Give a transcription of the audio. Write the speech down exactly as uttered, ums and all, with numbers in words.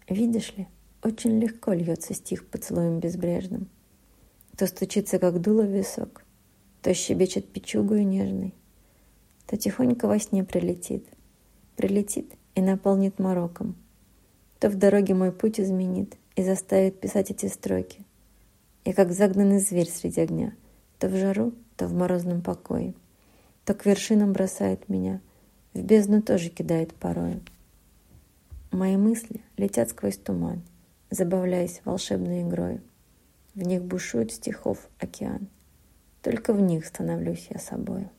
Видишь ли, очень легко льется стих поцелуем безбрежным. То стучится, как дуло в висок, то щебечет печугою нежной, то тихонько во сне прилетит, прилетит и наполнит мороком, то в дороге мой путь изменит и заставит писать эти строки. Я как загнанный зверь среди огня, то в жару, то в морозном покое, то к вершинам бросает меня, в бездну тоже кидает порою. Мои мысли летят сквозь туман, забавляясь волшебной игрою. В них бушует стихов океан, только в них становлюсь я собою.